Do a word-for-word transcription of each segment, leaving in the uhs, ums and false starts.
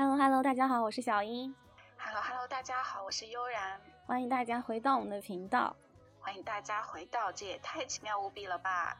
Hello Hello， 大家好，我是小英。 Hello Hello， 大家好，我是悠然。 欢迎大家回到我们的频道。 欢迎大家回到，这也太奇妙无比了吧！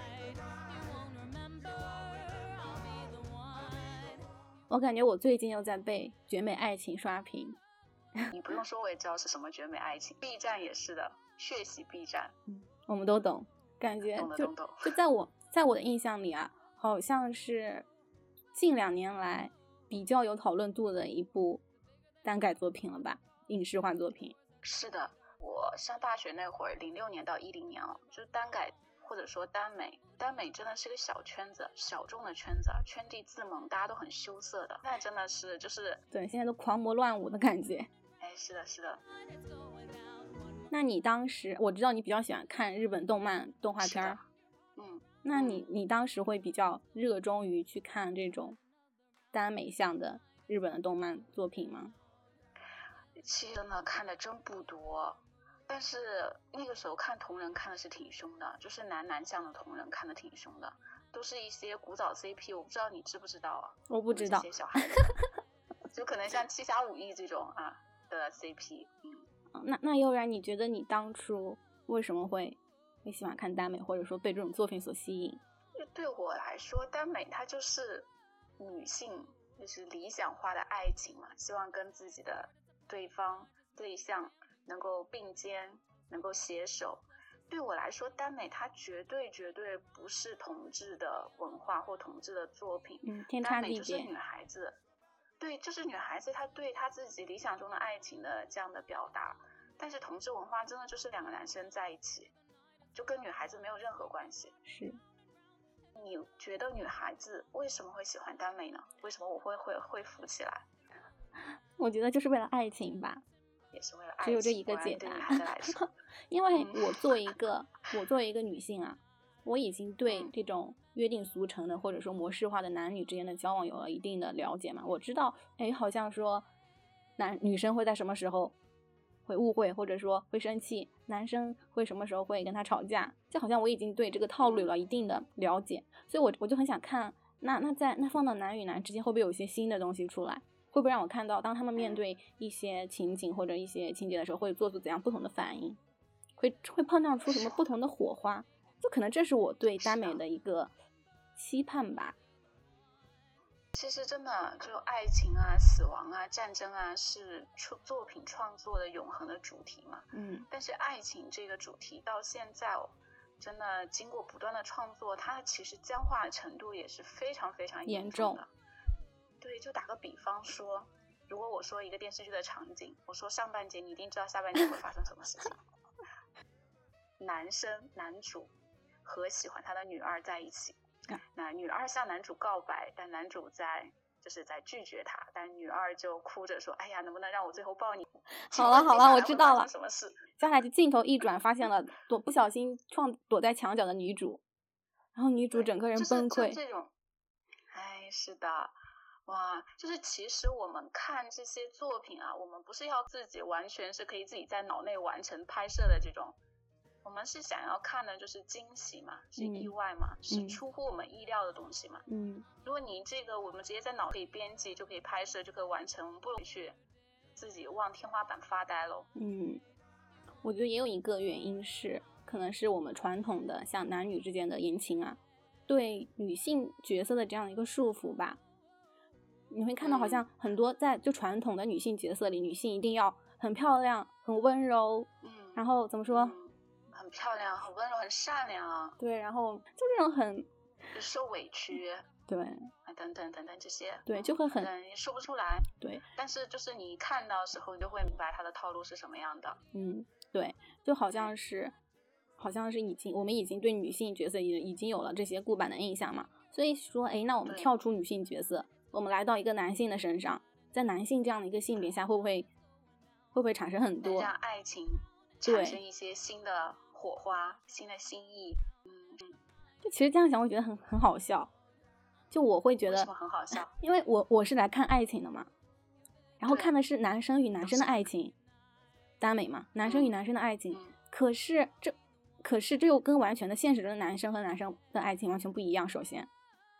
我感觉我最近又在被绝美爱情刷屏。 你不用说，我也知道是什么绝美爱情。B 站也是的，血洗 B 站。 嗯，我们都懂，感觉懂的就懂懂。 就在我在我的印象里啊，好像是近两年来比较有讨论度的一部耽改作品了吧，影视化作品。 是的，我上大学那会儿，零六年到一零年哦，就是耽改或者说耽美，耽美真的是个小圈子，小众的圈子，圈地自萌，大家都很羞涩的。那真的是就是对，现在都狂魔乱舞的感觉。 哎，是的，是的。 那你当时，我知道你比较喜欢看日本动漫动画片， 嗯， 那你你当时会比较热衷于去看这种耽美向的日本的动漫作品吗？ 其实真的看的真不多，但是那个时候看同人看的是挺凶的，就是男男向的同人看的挺凶的，都是一些古早 C P， 我不知道你知不知道啊？ 我不知道。 这些小孩子就可能像七侠五义这种啊的 C P。嗯， 那那悠然，你觉得你当初为什么会会喜欢看耽美，或者说被这种作品所吸引？ 对我来说，耽美它就是女性就是理想化的爱情嘛，希望跟自己的对方对象能够并肩，能够携手。对我来说，耽美它绝对绝对不是同志的文化或同志的作品。 嗯，天差地别。 耽美就是女孩子，对，就是女孩子她对她自己理想中的爱情的这样的表达。但是同志文化真的就是两个男生在一起，就跟女孩子没有任何关系。 是。 你觉得女孩子为什么会喜欢耽美呢？为什么我会会会浮起来？ 我觉得就是为了爱情吧， 也是为了爱情， 只有这一个解答。 对女孩子来说， 因为我作为一个、嗯、我作为一个女性啊，我已经对这种约定俗成的或者说模式化的男女之间的交往有了一定的了解嘛。我知道，哎，好像说男女生会在什么时候会误会，或者说会生气，男生会什么时候会跟他吵架，就好像我已经对这个套路有了一定的了解，所以我我就很想看，那那在那放到男与男之间会不会有一些新的东西出来，会不会让我看到当他们面对一些情景或者一些情节的时候会做出怎样不同的反应，会会碰撞出什么不同的火花，就可能这是我对耽美的一个期盼吧。 其实真的就爱情啊、死亡啊、战争啊是作品创作的永恒的主题嘛。 嗯。 但是爱情这个主题到现在哦，真的经过不断的创作，它其实僵化的程度也是非常非常严重的。对，就打个比方说，如果我说一个电视剧的场景，我说上半节，你一定知道下半节会发生什么事情。男生男主和喜欢他的女二在一起。那女二向男主告白，但男主在就是在拒绝他，但女二就哭着说：“哎呀，能不能让我最后抱你？” 好了好了，我知道了。 什么事？ 接下来就镜头一转，发现了躲不小心撞躲在墙角的女主，然后女主整个人崩溃。 就是、这种，哎，是的，哇，就是其实我们看这些作品啊，我们不是要自己完全是可以自己在脑内完成拍摄的这种。我们是想要看的就是惊喜嘛，是意外嘛， 嗯、 是出乎我们意料的东西嘛。 嗯， 如果你这个我们直接在脑可以编辑就可以拍摄就可以完成，不容易去自己望天花板发呆咯。 嗯，我觉得也有一个原因是，可能是我们传统的像男女之间的言情啊，对女性角色的这样一个束缚吧。你会看到好像很多在就传统的女性角色里，嗯、女性一定要很漂亮、很温柔， 嗯， 然后怎么说？ 嗯很漂亮，很温柔，很善良。 对，然后就这种很就受委屈， 对， 等等等等这些， 对，就会很你说不出来。 对， 但是就是你看到的时候，你就会明白它的套路是什么样的。 嗯，对，就好像是，好像是已经我们已经对女性角色已已经有了这些固板的印象嘛，所以说，哎，那我们跳出女性角色，我们来到一个男性的身上，在男性这样的一个性别下，会不会会不会产生很多让爱情产生一些新的火花，新的新意？嗯嗯， 就其实这样想，我觉得很很好笑。就我会觉得为什么很好笑？ 因为我我是来看爱情的嘛，然后看的是男生与男生的爱情，耽美嘛，男生与男生的爱情。 嗯、 可是这可是这又跟完全的现实中的男生和男生的爱情完全不一样。首先，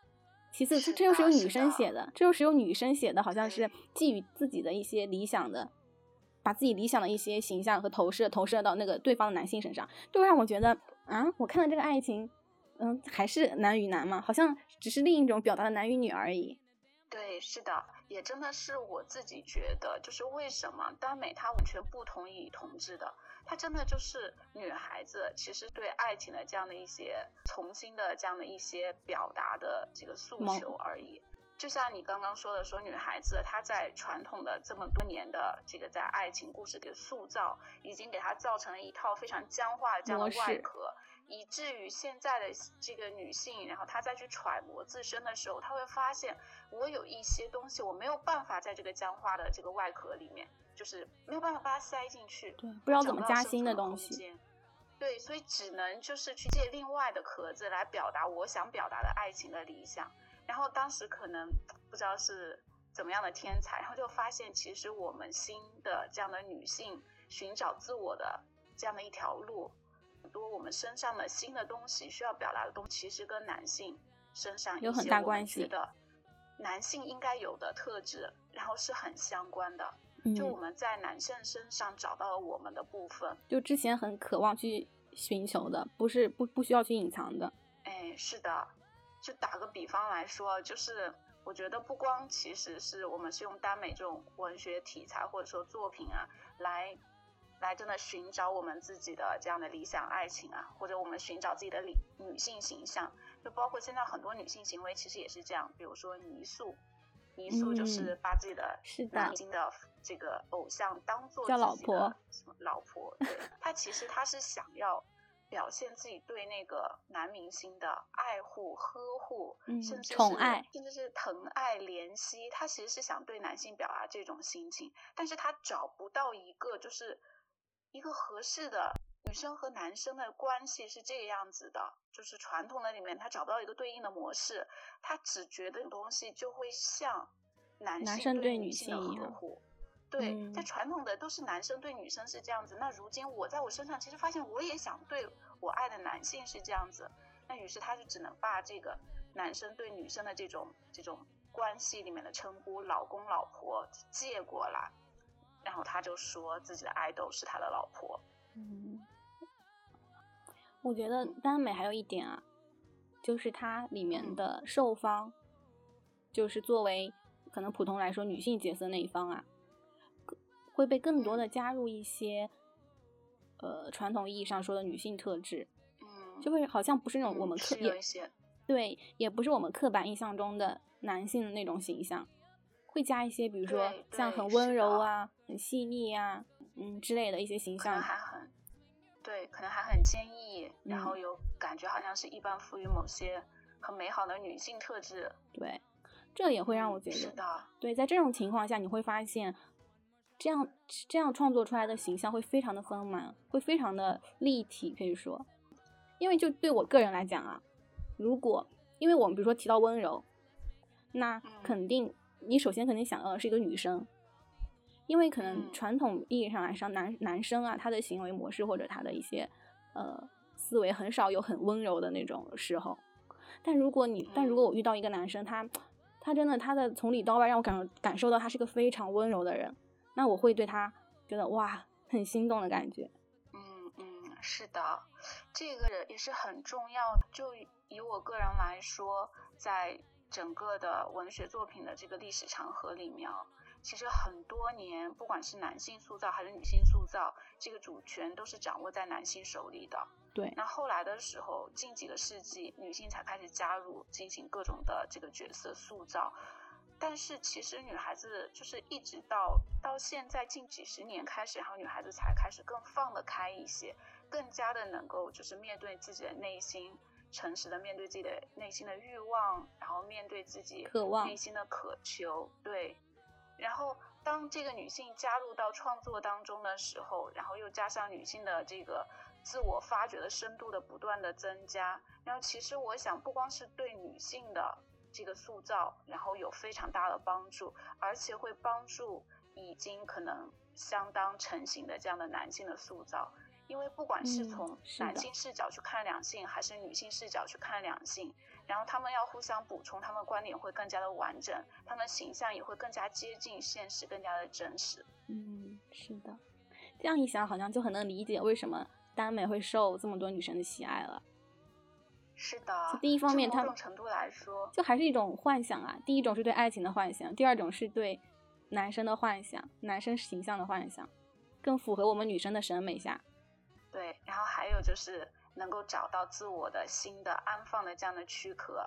其次这又是由女生写的，这又是由女生写的，好像是寄予自己的一些理想的，把自己理想的一些形象和投射投射到那个对方的男性身上，就让我觉得啊，我看到这个爱情嗯，还是男与男嘛，好像只是另一种表达的男与女而已。 对，是的，也真的是我自己觉得，就是为什么耽美她完全不同意同志的，她真的就是女孩子其实对爱情的这样的一些重新的这样的一些表达的这个诉求而已。就像你刚刚说的，说女孩子她在传统的这么多年的这个在爱情故事的塑造，已经给她造成了一套非常僵化的这样的外壳，以至于现在的这个女性，然后她再去揣摩自身的时候，她会发现我有一些东西我没有办法在这个僵化的这个外壳里面，就是没有办法把它塞进去， 对，不知道怎么加新的东西。 对，所以只能就是去借另外的壳子来表达我想表达的爱情的理想。然后当时可能不知道是怎么样的天才，然后就发现其实我们新的这样的女性寻找自我的这样的一条路，很多我们身上的新的东西需要表达的东西，其实跟男性身上有很大关系的男性应该有的特质，然后是很相关的。就我们在男生身上找到了我们的部分， 就之前很渴望去寻求的，不是不不需要去隐藏的。 哎，是的。就打个比方来说，就是我觉得不光其实是我们是用耽美这种文学题材或者说作品啊，来来真的寻找我们自己的这样的理想爱情啊，或者我们寻找自己的女性形象，就包括现在很多女性行为其实也是这样，比如说泥塑，泥塑就是把自己的男性的这个偶像当做自己的叫老婆， 什么老婆，对，他其实他是想要表现自己对那个男明星的爱护、呵护， 嗯、 甚至是宠爱， 甚至是疼爱、怜惜。他其实是想对男性表达这种心情，但是他找不到一个就是一个合适的女生和男生的关系是这个样子的，就是传统的里面他找不到一个对应的模式，他只觉得东西就会像男性对女性的呵护。对、嗯，在传统的都是男生对女生是这样子，那如今我在我身上其实发现我也想对我爱的男性是这样子，那于是他就只能把这个男生对女生的这种这种关系里面的称呼老公老婆借过来，然后他就说自己的爱豆是他的老婆。 嗯，我觉得耽美还有一点啊，就是它里面的受方、嗯、就是作为可能普通来说女性角色那一方啊，会被更多的加入一些呃传统意义上说的女性特质， 嗯， 就会好像不是那种我们刻、 嗯、有一些对，也不是我们刻板印象中的男性的那种形象，会加一些比如说像很温柔啊、很细腻啊，嗯之类的一些形象， 可能还很对，可能还很坚毅、嗯，然后有感觉好像是一般赋予某些很美好的女性特质。 对，这也会让我觉得、 嗯、是的， 对，在这种情况下你会发现。这样这样创作出来的形象会非常的丰满，会非常的立体，可以说，因为就对我个人来讲啊，如果因为我们比如说提到温柔，那肯定、嗯、你首先肯定想到的是一个女生，因为可能传统意义上来说，男男生啊，他的行为模式或者他的一些呃思维很少有很温柔的那种时候，但如果你但如果我遇到一个男生，他他真的他的从里到外让我感感受到他是个非常温柔的人。那我会对他觉得哇很心动的感觉。 嗯嗯，是的，这个也是很重要的。就以我个人来说，在整个的文学作品的这个历史长河里面，其实很多年，不管是男性塑造还是女性塑造，这个主权都是掌握在男性手里的。 对。 那后来的时候，近几个世纪，女性才开始加入，进行各种的这个角色塑造。但是其实女孩子就是一直到到现在近几十年开始，然后女孩子才开始更放得开一些，更加的能够就是面对自己的内心，诚实的面对自己的内心的欲望，然后面对自己内心的渴求。对，然后当这个女性加入到创作当中的时候，然后又加上女性的这个自我发掘的深度的不断的增加，然后其实我想不光是对女性的这个塑造然后有非常大的帮助，而且会帮助已经可能相当成型的这样的男性的塑造， 因为不管是嗯从是的男性视角去看两性，还是女性视角去看两性，然后他们要互相补充，他们观点会更加的完整，他们形象也会更加接近现实，更加的真实。 嗯，是的，这样一想好像就很能理解为什么耽美会受这么多女生的喜爱了。 是的， 就第一方面它就某种程度来说， 就还是一种幻想啊，第一种是对爱情的幻想，第二种是对男生的幻想，男生形象的幻想，更符合我们女生的审美下。 对，然后还有就是能够找到自我的新的安放的这样的躯壳。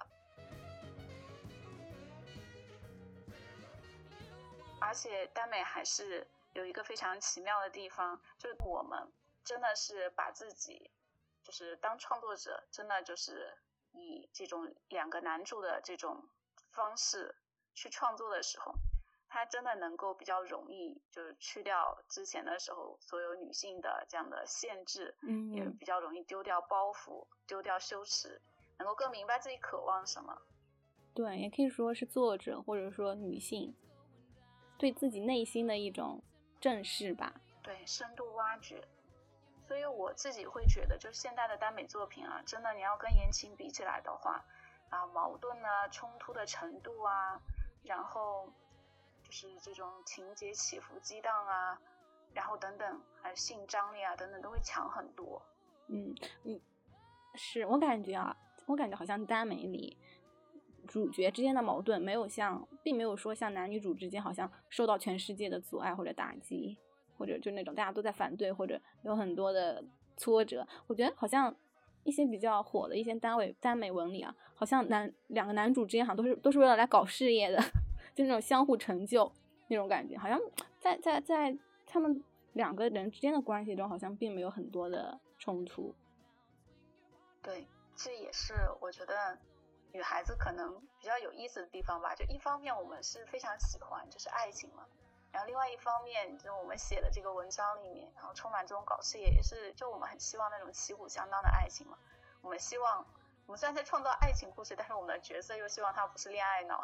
而且耽美还是有一个非常奇妙的地方，就是我们真的是把自己就是当创作者，真的就是以这种两个男主的这种方式去创作的时候，它真的能够比较容易就是去掉之前的时候所有女性的这样的限制， 嗯， 也比较容易丢掉包袱，丢掉羞耻，能够更明白自己渴望什么。 对，也可以说是作者或者说女性对自己内心的一种正视吧。 对，深度挖掘。所以我自己会觉得，就是现代的耽美作品啊，真的你要跟言情比起来的话，啊，矛盾啊、冲突的程度啊，然后就是这种情节起伏激荡啊，然后等等，还有性张力啊等等，都会强很多。 嗯嗯，是我感觉啊，我感觉好像耽美里主角之间的矛盾没有像，并没有说像男女主之间好像受到全世界的阻碍或者打击，或者就那种大家都在反对，或者有很多的挫折。我觉得好像一些比较火的一些耽美耽美文里啊，好像男两个男主之间好像都是都是为了来搞事业的，就那种相互成就那种感觉，好像在在在他们两个人之间的关系中，好像并没有很多的冲突。 对，这也是我觉得女孩子可能比较有意思的地方吧。就一方面我们是非常喜欢就是爱情嘛，然后另外一方面就我们写的这个文章里面，然后充满这种搞事业，也是就我们很希望那种旗鼓相当的爱情嘛。我们希望我们虽然在创造爱情故事，但是我们的角色又希望它不是恋爱脑。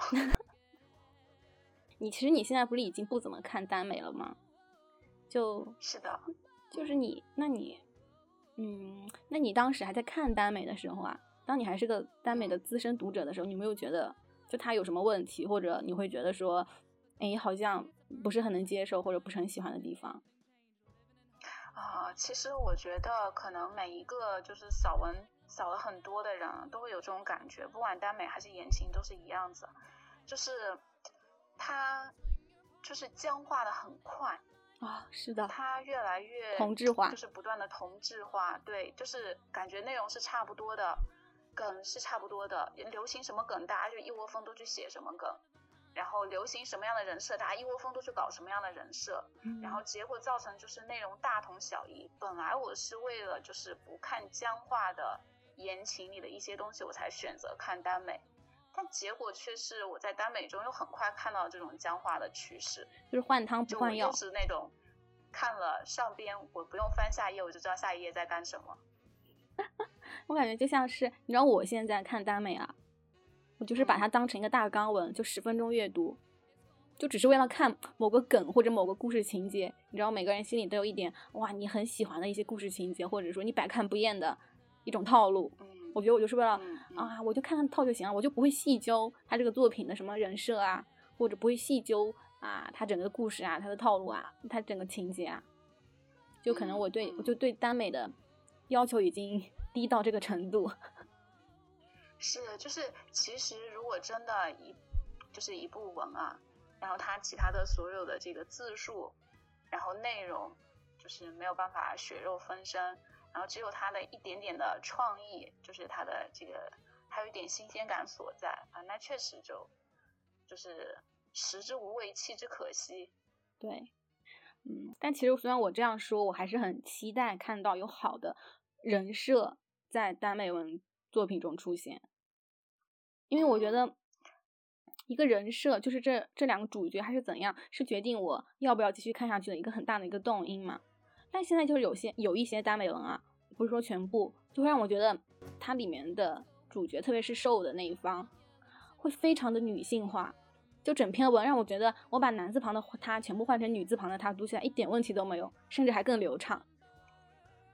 你其实你现在不是已经不怎么看耽美了吗？就是的， 就是你，那你，嗯，那你当时还在看耽美的时候啊，当你还是个耽美的资深读者的时候，你有没有觉得就它有什么问题，或者你会觉得说，哎，好像不是很能接受或者不是很喜欢的地方？ 啊、呃，其实我觉得可能每一个就是扫文扫了很多的人都会有这种感觉，不管耽美还是言情都是一样子，就是它就是僵化的很快。 啊，是的， 它越来越同质化， 就是不断的同质化，对，就是感觉内容是差不多的，梗是差不多的，流行什么梗大家就一窝蜂都去写什么梗，然后流行什么样的人设大家一窝蜂都去搞什么样的人设， 嗯、 然后结果造成就是内容大同小异。本来我是为了就是不看僵化的言情里的一些东西我才选择看耽美，但结果却是我在耽美中又很快看到这种僵化的趋势， 就是换汤不换药， 就是那种看了上边我不用翻下一页我就知道下一页在干什么。 我感觉就像是你知道我现在看耽美啊，我就是把它当成一个大纲文，就十分钟阅读，就只是为了看某个梗或者某个故事情节。你知道每个人心里都有一点哇你很喜欢的一些故事情节，或者说你百看不厌的一种套路， 嗯， 我觉得我就是为了、 嗯嗯、 啊我就看看套就行了，我就不会细究他这个作品的什么人设啊，或者不会细究啊他整个故事啊他的套路啊他整个情节啊，就可能我对、 嗯、 我就对耽美的要求已经低到这个程度。 是，就是其实如果真的一就是一部文啊，然后它其他的所有的这个字数，然后内容就是没有办法血肉分身，然后只有它的一点点的创意，就是它的这个还有一点新鲜感所在啊，那确实就就是食之无味弃之可惜。 对，嗯，但其实虽然我这样说，我还是很期待看到有好的人设在耽美文作品中出现，因为我觉得一个人设就是这这两个主角还是怎样，是决定我要不要继续看下去的一个很大的一个动因嘛。但现在就是有些有一些耽美文啊，不是说全部，就会让我觉得它里面的主角，特别是受的那一方，会非常的女性化。就整篇文让我觉得我把男字旁的他全部换成女字旁的他读起来一点问题都没有，甚至还更流畅。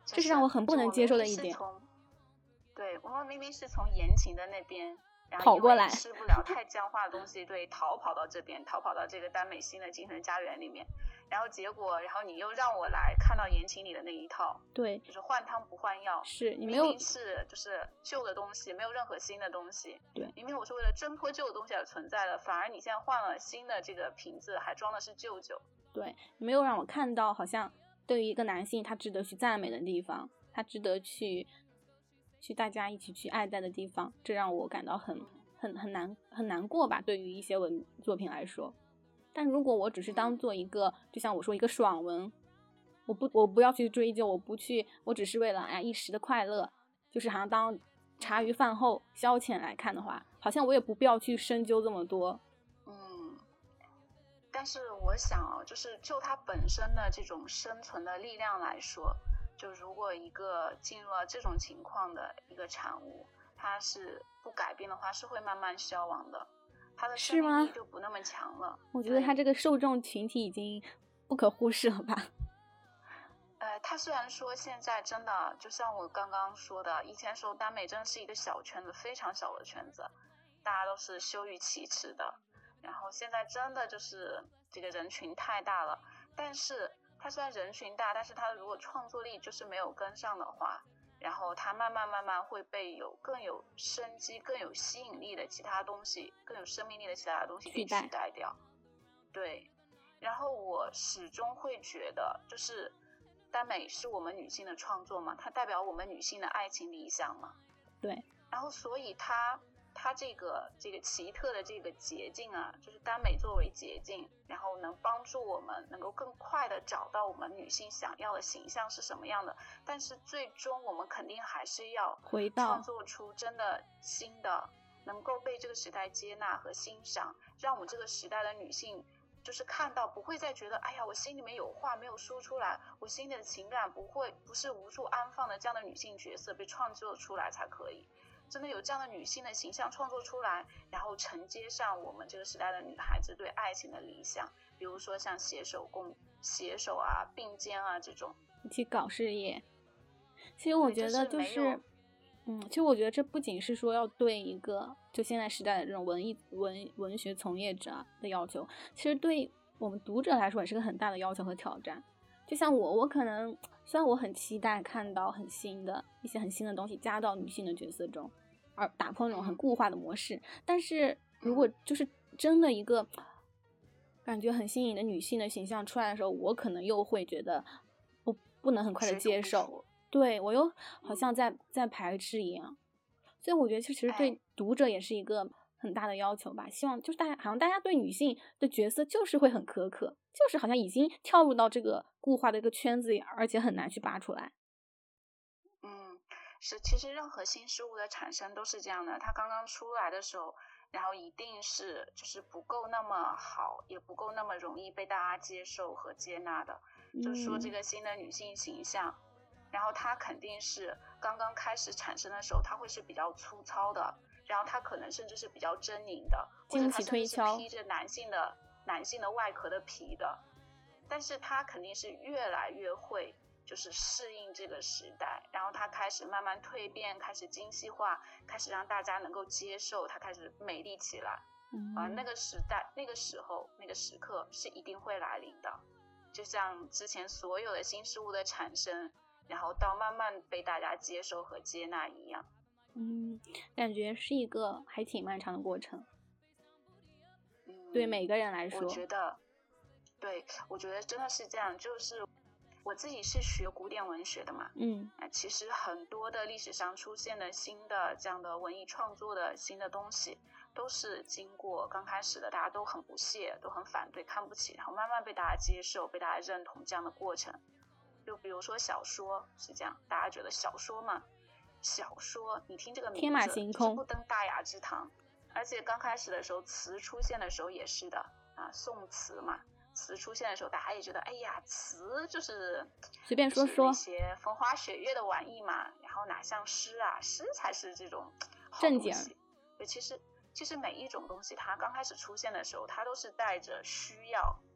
这是让我很不能接受的一点。 对，我们明明是从言情的那边然后跑过来， 吃不了太僵化的东西，对，逃跑到这边，逃跑到这个耽美新的精神家园里面，然后结果，然后你又让我来看到言情里的那一套， 对， 就是换汤不换药， 是你没有， 明明是就是旧的东西，没有任何新的东西， 对， 明明我是为了挣脱旧的东西而存在的，反而你现在换了新的这个瓶子，还装的是旧酒， 对，没有让我看到好像对于一个男性他值得去赞美的地方，他值得去。去大家一起去爱戴的地方，这让我感到很很很难很难过吧，对于一些文作品来说。但如果我只是当做一个，就像我说一个爽文，我不我不要去追究，我不去，我只是为了哎一时的快乐，就是好像当茶余饭后消遣来看的话，好像我也不必要去深究这么多。 嗯，但是我想啊，就是就它本身的这种生存的力量来说。就如果一个进入了这种情况的一个产物，它是不改变的话，是会慢慢消亡的，它的生命力就不那么强了。 我觉得它这个受众群体已经不可忽视了吧。 呃，它虽然说现在真的就像我刚刚说的，以前时候耽美真的是一个小圈子，非常小的圈子，大家都是羞于启齿的，然后现在真的就是这个人群太大了，但是它虽然人群大，但是它如果创作力就是没有跟上的话，然后它慢慢慢慢会被有更有生机、更有吸引力的其他东西、更有生命力的其他东西给取代掉。对，然后我始终会觉得，就是耽美是我们女性的创作嘛，它代表我们女性的爱情理想嘛。 对， 然后所以它。它这个这个奇特的这个捷径啊，就是耽美作为捷径，然后能帮助我们能够更快的找到我们女性想要的形象是什么样的。但是最终我们肯定还是要回到创作出真的新的，能够被这个时代接纳和欣赏，让我们这个时代的女性就是看到不会再觉得，哎呀，我心里面有话没有说出来，我心里的情感不会不是无处安放的这样的女性角色被创作出来才可以。真的有这样的女性的形象创作出来，然后承接上我们这个时代的女孩子对爱情的理想，比如说像携手共携手啊、并肩啊这种一起搞事业。其实我觉得就是，就是嗯，其实我觉得这不仅是说要对一个就现在时代的这种文艺文文学从业者的要求，其实对我们读者来说也是个很大的要求和挑战。就像我，我可能虽然我很期待看到很新的一些很新的东西加到女性的角色中，而打破那种很固化的模式，但是如果就是真的一个感觉很新颖的女性的形象出来的时候，我可能又会觉得我不能很快的接受，对，我又好像在在排斥一样。所以我觉得其实对读者也是一个很大的要求吧，希望就是大家好像大家对女性的角色就是会很苛刻，就是好像已经跳入到这个固化的一个圈子里，而且很难去拔出来。 嗯，是，其实任何新事物的产生都是这样的，它刚刚出来的时候，然后一定是就是不够那么好，也不够那么容易被大家接受和接纳的。 嗯、 就是说这个新的女性形象，然后它肯定是刚刚开始产生的时候，它会是比较粗糙的。然后它可能甚至是比较狰狞的，或者它甚至是披着男性的男性的外壳的皮的，但是它肯定是越来越会就是适应这个时代，然后它开始慢慢蜕变，开始精细化，开始让大家能够接受，它开始美丽起来。 嗯、 呃，那个时代那个时候那个时刻是一定会来临的，就像之前所有的新事物的产生，然后到慢慢被大家接受和接纳一样。 嗯，感觉是一个还挺漫长的过程。 嗯， 对每个人来说， 我觉得，对，我觉得真的是这样。就是我自己是学古典文学的嘛， 嗯， 其实很多的历史上出现的新的这样的文艺创作的新的东西，都是经过刚开始的大家都很不屑，都很反对，看不起，然后慢慢被大家接受，被大家认同这样的过程。就比如说小说是这样，大家觉得小说嘛。小说，你听这个名字， 天马行空， 就是不登大雅之堂。而且刚开始的时候，词出现的时候也是的啊，宋词嘛，词出现的时候，大家也觉得，哎呀，词就是随便说说一些风花雪月的玩意嘛，然后哪像诗啊，诗才是这种正经。 对，其实其实每一种东西，它刚开始出现的时候，它都是带着需要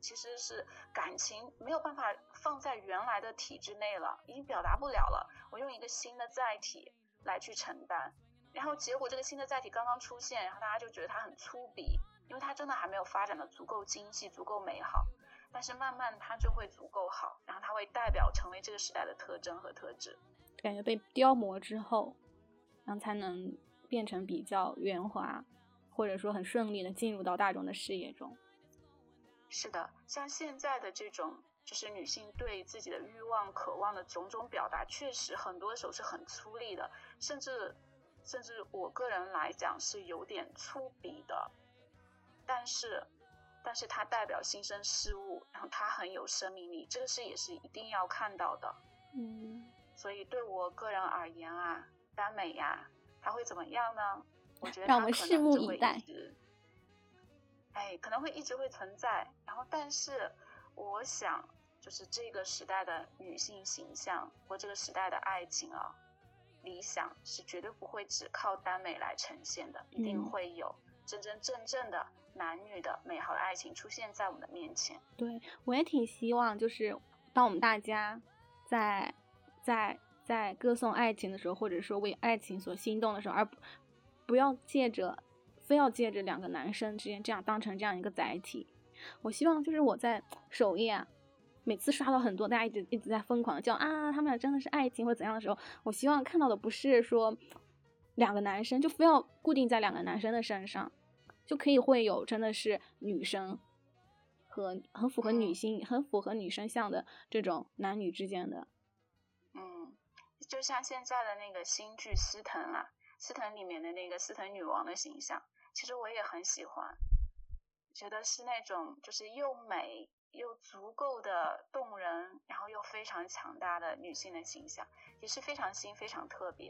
其实是感情没有办法放在原来的体制内了，已经表达不了了，我用一个新的载体来去承担，然后结果这个新的载体刚刚出现，然后大家就觉得它很粗鄙，因为它真的还没有发展的足够精细足够美好，但是慢慢它就会足够好，然后它会代表成为这个时代的特征和特质， 感觉被雕磨之后，然后才能变成比较圆滑，或者说很顺利的进入到大众的视野中。 是的，像现在的这种就是女性对自己的欲望渴望的种种表达，确实很多时候是很粗粝的，甚至甚至我个人来讲是有点粗鄙的，但是但是它代表新生事物，然后它很有生命力，这个是也是一定要看到的。 嗯， 所以对我个人而言啊，耽美呀、啊，它会怎么样呢？我觉得让我们拭目以待。 哎，可能会一直会存在，然后但是我想就是这个时代的女性形象或这个时代的爱情啊，理想是绝对不会只靠耽美来呈现的，一定会有真真正正的男女的美好的爱情出现在我们的面前。 对，我也挺希望就是当我们大家在在在歌颂爱情的时候，或者说为爱情所心动的时候，而不不要借着非要借着两个男生之间这样当成这样一个载体。我希望就是我在首页啊，每次刷到很多大家一直一直在疯狂的叫啊他们俩真的是爱情或者怎样的时候，我希望看到的不是说两个男生就非要固定在两个男生的身上，就可以会有真的是女生和很符合女性、嗯、很符合女生像的这种男女之间的。 嗯，就像现在的那个新剧司藤啊，司藤里面的那个司藤女王的形象，其实我也很喜欢，觉得是那种就是又美又足够的动人，然后又非常强大的女性的形象，也是非常新非常特别。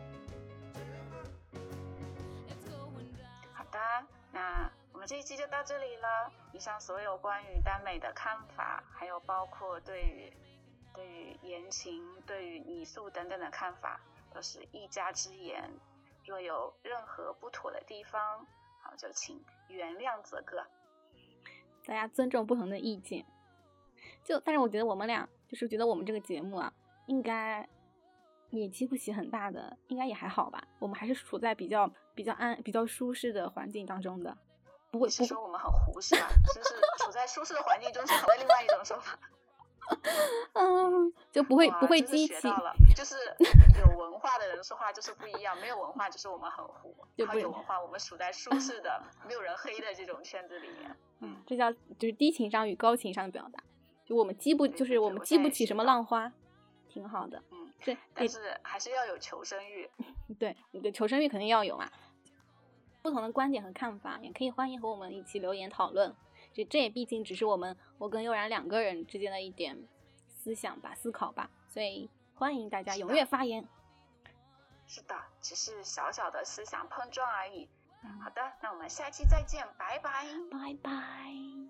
好的，那我们这一期就到这里了。以上所有关于耽美的看法，还有包括对于对于言情、对于泥塑等等的看法，都是一家之言。若有任何不妥的地方，好，就请原谅则个。 大家尊重不同的意见。就但是我觉得我们俩就是觉得我们这个节目啊，应该也激不起很大的，应该也还好吧。我们还是处在比较比较安、比较舒适的环境当中的。不会你是说我们很糊是吧？就是处在舒适的环境中是好的另外一种说法。 嗯，就不会不会激起， 就是有文化的人说话就是不一样，没有文化就是我们很糊，然后有文化我们处在舒适的没有人黑的这种圈子里面。 嗯，这叫就是低情商与高情商的表达，就我们激不就是我们激不起什么浪花，挺好的。 嗯，是，但是还是要有求生欲。 对，你的求生欲肯定要有嘛。不同的观点和看法，也可以欢迎和我们一起留言讨论。就这也毕竟只是我们我跟悠然两个人之间的一点思想吧、思考吧，所以欢迎大家踊跃发言。 是的，只是小小的思想碰撞而已。嗯、好的，那我们下期再见，拜拜， 拜拜。